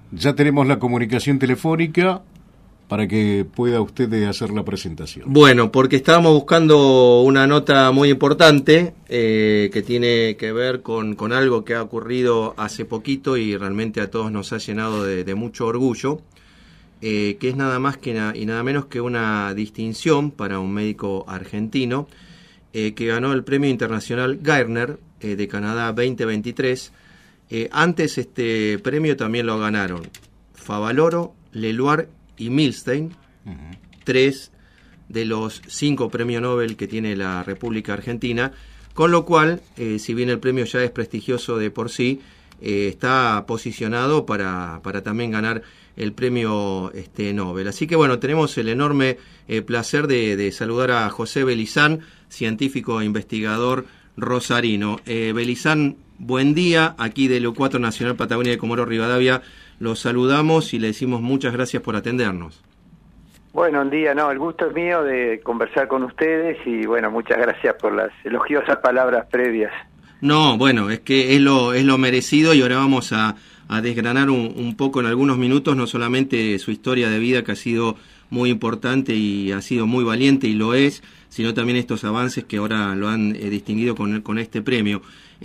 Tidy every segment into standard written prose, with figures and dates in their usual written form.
Ya tenemos la comunicación telefónica para que pueda usted hacer la presentación. Bueno, porque estábamos buscando una nota muy importante que tiene que ver con algo que ha ocurrido hace poquito y realmente a todos nos ha llenado de mucho orgullo, que es nada más y nada menos que una distinción para un médico argentino que ganó el Premio Internacional Gairdner de Canadá 2023. Antes este premio también lo ganaron Favaloro, Leluar y Milstein, tres de los 5 premios Nobel que tiene la República Argentina, con lo cual, si bien el premio ya es prestigioso de por sí, está posicionado para también ganar el premio Nobel. Así que bueno, tenemos el enorme placer de saludar a José Belizán, científico e investigador rosarino. Belizán, buen día, aquí del U4 Nacional Patagonia de Comodoro Rivadavia. Los saludamos y le decimos muchas gracias por atendernos. Bueno, un día, el gusto es mío de conversar con ustedes y bueno, muchas gracias por las elogiosas palabras previas. No, bueno, es que es lo merecido y ahora vamos a desgranar un poco en algunos minutos, no solamente su historia de vida que ha sido muy importante y ha sido muy valiente y lo es, sino también estos avances que ahora lo han distinguido con este premio.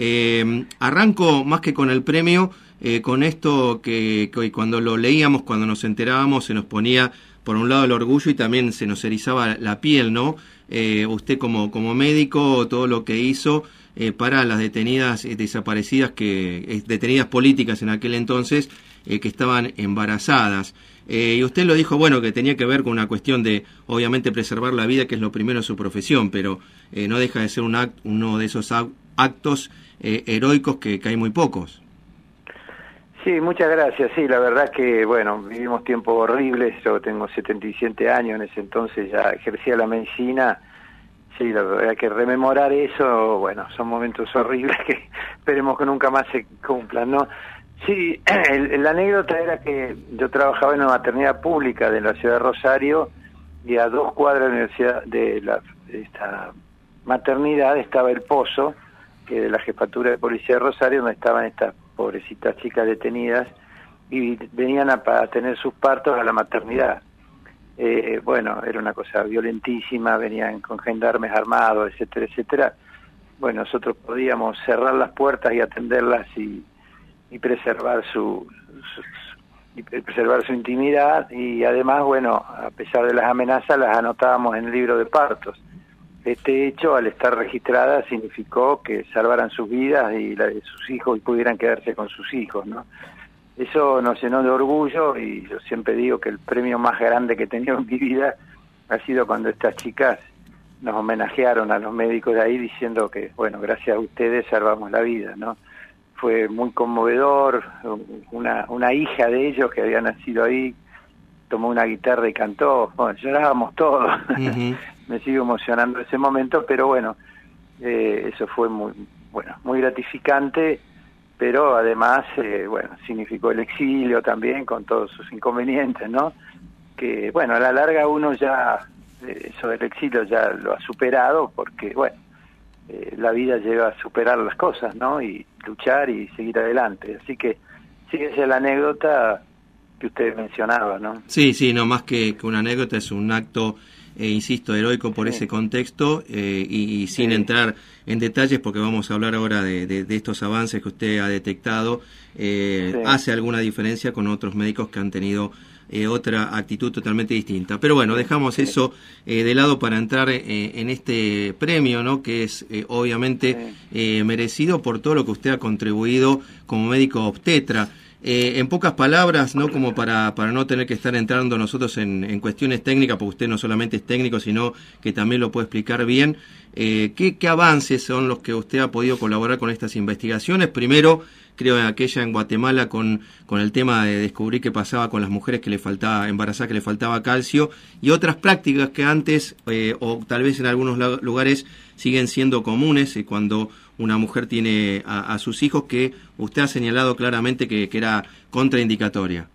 Arranco más que con el premio, con esto que cuando lo leíamos, cuando nos enterábamos, se nos ponía por un lado el orgullo y también se nos erizaba la piel, ¿no? Usted como médico, todo lo que hizo para las detenidas desaparecidas, detenidas políticas en aquel entonces, que estaban embarazadas. Y usted lo dijo, bueno, que tenía que ver con una cuestión de, obviamente, preservar la vida, que es lo primero en su profesión, pero no deja de ser uno de esos actos heroicos que hay muy pocos. Sí, muchas gracias. Sí, la verdad que, bueno, vivimos tiempos horribles. Yo tengo 77 años, en ese entonces ya ejercía la medicina. Sí, la verdad que rememorar eso, bueno, son momentos horribles que esperemos que nunca más se cumplan, ¿no? Sí, la anécdota era que yo trabajaba en una maternidad pública de la ciudad de Rosario y a 2 cuadras de la universidad de esta maternidad estaba el Pozo, que de la Jefatura de Policía de Rosario, donde estaban estas pobrecitas chicas detenidas y venían a tener sus partos a la maternidad. Bueno, era una cosa violentísima, venían con gendarmes armados, etcétera, etcétera. Bueno, nosotros podíamos cerrar las puertas y atenderlas y preservar su intimidad y además, bueno, a pesar de las amenazas, las anotábamos en el libro de partos. Este hecho, al estar registrada, significó que salvaran sus vidas y la de sus hijos y pudieran quedarse con sus hijos, ¿no? Eso nos llenó de orgullo y yo siempre digo que el premio más grande que he tenido en mi vida ha sido cuando estas chicas nos homenajearon a los médicos de ahí diciendo que, bueno, gracias a ustedes salvamos la vida, ¿no? Fue muy conmovedor. Una hija de ellos que había nacido ahí tomó una guitarra y cantó. Bueno, llorábamos todos. Uh-huh. Me sigo emocionando ese momento, pero bueno, eso fue muy gratificante, pero además, bueno, significó el exilio también con todos sus inconvenientes, ¿no? Que, bueno, a la larga uno ya, eso del exilio ya lo ha superado porque, bueno, la vida lleva a superar las cosas, ¿no? Y luchar y seguir adelante. Así que sí, esa es la anécdota que usted mencionaba, ¿no? Sí, no más que una anécdota, es un acto, insisto, heroico por ese contexto y sin entrar en detalles, porque vamos a hablar ahora de estos avances que usted ha detectado. Hace alguna diferencia con otros médicos que han tenido otra actitud totalmente distinta. Pero bueno, dejamos eso de lado para entrar en este premio, ¿no? Que es obviamente merecido por todo lo que usted ha contribuido como médico obstetra. En pocas palabras, ¿no? Como para no tener que estar entrando nosotros en cuestiones técnicas, porque usted no solamente es técnico, sino que también lo puede explicar bien. ¿Qué avances son los que usted ha podido colaborar con estas investigaciones? Primero, creo en aquella en Guatemala con el tema de descubrir qué pasaba con las mujeres que le faltaba embarazadas, que le faltaba calcio, y otras prácticas que antes, o tal vez en algunos lugares, siguen siendo comunes, cuando una mujer tiene a sus hijos, que usted ha señalado claramente que era contraindicatoria.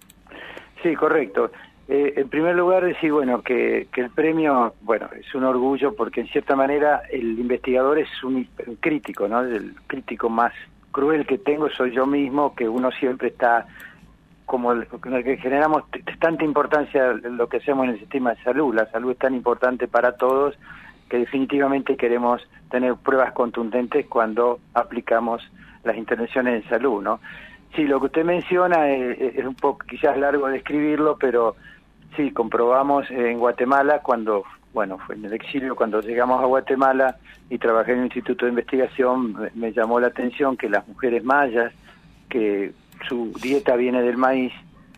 Sí, correcto. En primer lugar decir, bueno, que el premio, bueno, es un orgullo porque en cierta manera el investigador es un crítico, ¿no? El crítico más cruel que tengo soy yo mismo, que uno siempre está con el que generamos tanta importancia en lo que hacemos en el sistema de salud. La salud es tan importante para todos que definitivamente queremos tener pruebas contundentes cuando aplicamos las intervenciones en salud, ¿no? Sí, lo que usted menciona es un poco quizás largo de escribirlo, pero sí, comprobamos en Guatemala cuando, bueno, fue en el exilio, cuando llegamos a Guatemala y trabajé en un instituto de investigación, me llamó la atención que las mujeres mayas, que su dieta viene del maíz,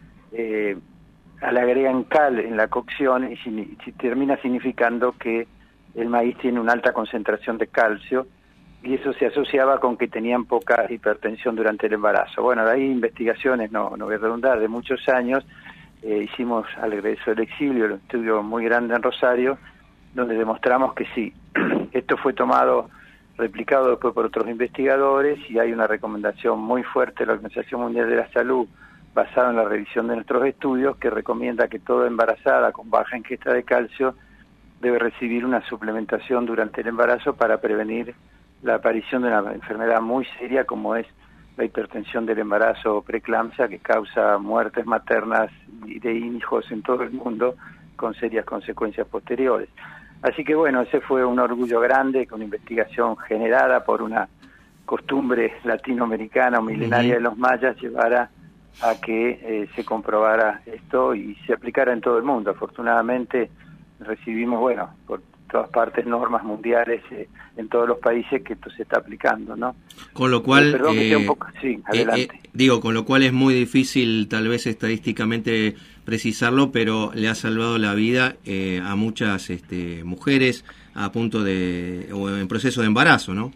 le agregan cal en la cocción y termina significando que el maíz tiene una alta concentración de calcio, y eso se asociaba con que tenían poca hipertensión durante el embarazo. Bueno, de ahí investigaciones, no voy a redundar, de muchos años. Hicimos al regreso del exilio un estudio muy grande en Rosario, donde demostramos que sí, esto fue replicado después por otros investigadores, y hay una recomendación muy fuerte de la Organización Mundial de la Salud, basada en la revisión de nuestros estudios, que recomienda que toda embarazada con baja ingesta de calcio debe recibir una suplementación durante el embarazo para prevenir la aparición de una enfermedad muy seria como es la hipertensión del embarazo o preeclampsia, que causa muertes maternas y de hijos en todo el mundo con serias consecuencias posteriores. Así que bueno, ese fue un orgullo grande, que una investigación generada por una costumbre latinoamericana o milenaria de los mayas llevara a que se comprobara esto y se aplicara en todo el mundo. Afortunadamente recibimos, bueno, por todas partes normas mundiales en todos los países que esto se está aplicando, ¿no? Con lo cual, perdón que sea un poco, sí, adelante. Con lo cual es muy difícil tal vez estadísticamente precisarlo, pero le ha salvado la vida a muchas mujeres a punto o en proceso de embarazo, ¿no?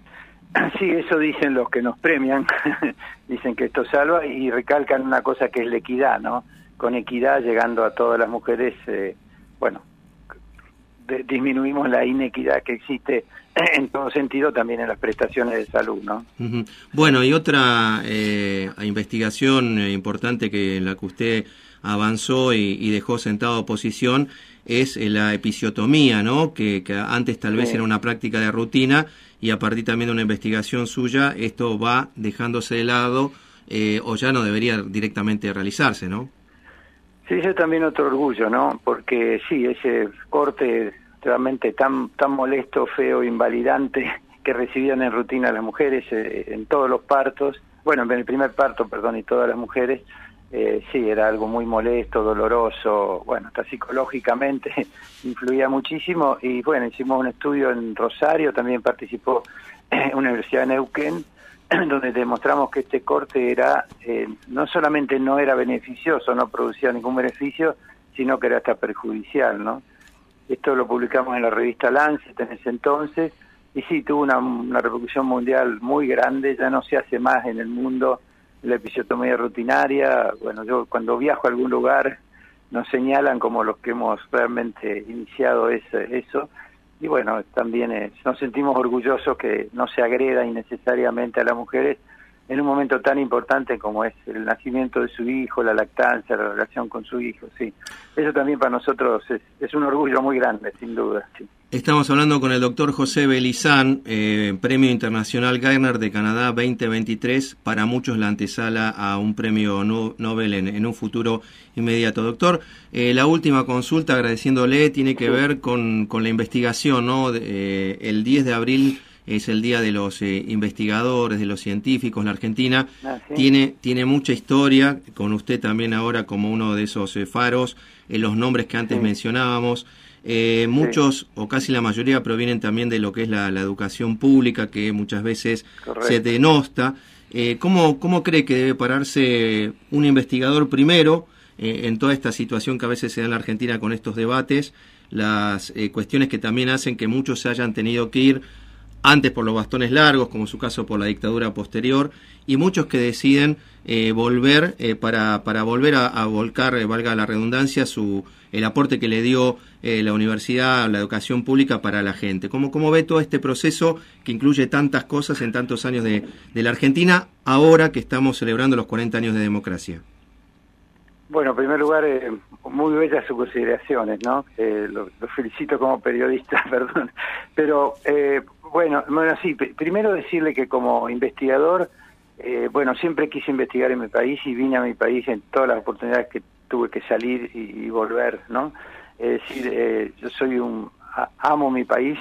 Sí, eso dicen los que nos premian, dicen que esto salva, y recalcan una cosa que es la equidad, ¿no? Con equidad, llegando a todas las mujeres, disminuimos la inequidad que existe en todo sentido, también en las prestaciones de salud, ¿no? Uh-huh. Bueno, y otra investigación importante en la que usted avanzó y dejó sentado a posición es la episiotomía, ¿no? Que antes tal vez era una práctica de rutina, y a partir también de una investigación suya, esto va dejándose de lado o ya no debería directamente realizarse, ¿no? Sí, eso también otro orgullo, ¿no? Porque sí, ese corte realmente tan molesto, feo, invalidante que recibían en rutina las mujeres en todos los partos, bueno, en el primer parto, perdón, y todas las mujeres, sí, era algo muy molesto, doloroso, bueno, hasta psicológicamente influía muchísimo. Y bueno, hicimos un estudio en Rosario, también participó en una universidad de Neuquén, donde demostramos que este corte era no solamente no era beneficioso, no producía ningún beneficio, sino que era hasta perjudicial, ¿no? Esto lo publicamos en la revista Lancet en ese entonces, y sí, tuvo una repercusión mundial muy grande. Ya no se hace más en el mundo la episiotomía rutinaria. Bueno, yo cuando viajo a algún lugar nos señalan como los que hemos realmente iniciado eso. Y bueno, también nos sentimos orgullosos que no se agreda innecesariamente a las mujeres en un momento tan importante como es el nacimiento de su hijo, la lactancia, la relación con su hijo, sí. Eso también para nosotros es un orgullo muy grande, sin duda, sí. Estamos hablando con el doctor José Belizán, Premio Internacional Gairdner de Canadá 2023, para muchos la antesala a un premio Nobel en un futuro inmediato. Doctor, la última consulta, agradeciéndole, tiene que ver con la investigación, ¿no? El 10 de abril es el día de los investigadores, de los científicos. La Argentina tiene mucha historia, con usted también ahora como uno de esos faros, los nombres que antes mencionábamos. Muchos o casi la mayoría provienen también de lo que es la educación pública, que muchas veces se denosta. ¿Cómo cree que debe pararse un investigador primero en toda esta situación que a veces se da en la Argentina con estos debates, las cuestiones que también hacen que muchos se hayan tenido que ir antes por los bastones largos, como su caso por la dictadura posterior, y muchos que deciden volver para volver a volcar, valga la redundancia, el aporte que le dio la universidad, la educación pública para la gente? ¿Cómo ve todo este proceso que incluye tantas cosas en tantos años de la Argentina, ahora que estamos celebrando los 40 años de democracia? Bueno, en primer lugar, muy bellas sus consideraciones, ¿no? Lo felicito como periodista, perdón. Pero, bueno, sí, primero decirle que como investigador Bueno, siempre quise investigar en mi país y vine a mi país en todas las oportunidades que tuve que salir y volver, ¿no? Es decir, yo soy amo mi país,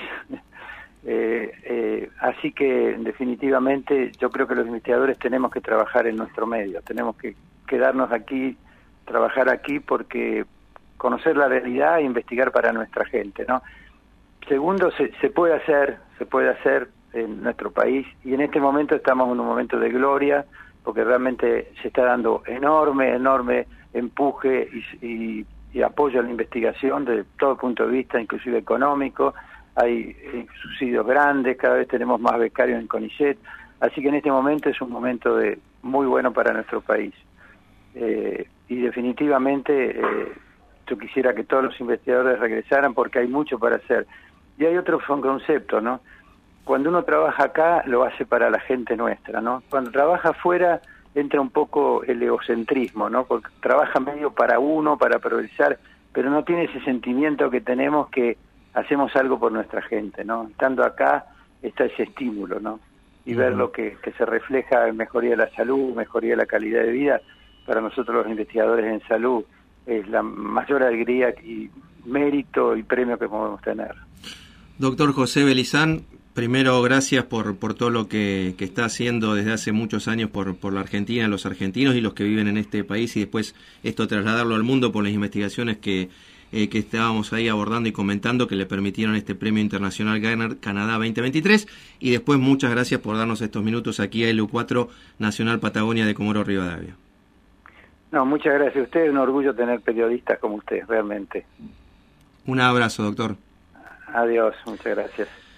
así que definitivamente yo creo que los investigadores tenemos que trabajar en nuestro medio, tenemos que quedarnos aquí, trabajar aquí, porque conocer la realidad e investigar para nuestra gente, ¿no? Segundo, se puede hacer en nuestro país, y en este momento estamos en un momento de gloria, porque realmente se está dando enorme empuje y apoyo a la investigación desde todo punto de vista, inclusive económico. Hay subsidios grandes, cada vez tenemos más becarios en CONICET, así que en este momento es un momento muy bueno para nuestro país. Y definitivamente yo quisiera que todos los investigadores regresaran, porque hay mucho para hacer. Y hay otro concepto, ¿no? Cuando uno trabaja acá, lo hace para la gente nuestra, ¿no? Cuando trabaja afuera, entra un poco el egocentrismo, ¿no? Porque trabaja medio para uno, para progresar, pero no tiene ese sentimiento que tenemos, que hacemos algo por nuestra gente, ¿no? Estando acá está ese estímulo, ¿no? Y ver lo que se refleja en mejoría de la salud, mejoría de la calidad de vida. Para nosotros los investigadores en salud es la mayor alegría y mérito y premio que podemos tener. Doctor José Belizán, primero gracias por todo lo que está haciendo desde hace muchos años por la Argentina, los argentinos y los que viven en este país, y después esto trasladarlo al mundo por las investigaciones que estábamos ahí abordando y comentando, que le permitieron este Premio Internacional Canadá 2023, y después muchas gracias por darnos estos minutos aquí a LU4 Nacional Patagonia de Comodoro Rivadavia. No, muchas gracias a usted, es un orgullo tener periodistas como usted, realmente. Un abrazo, doctor. Adiós, muchas gracias.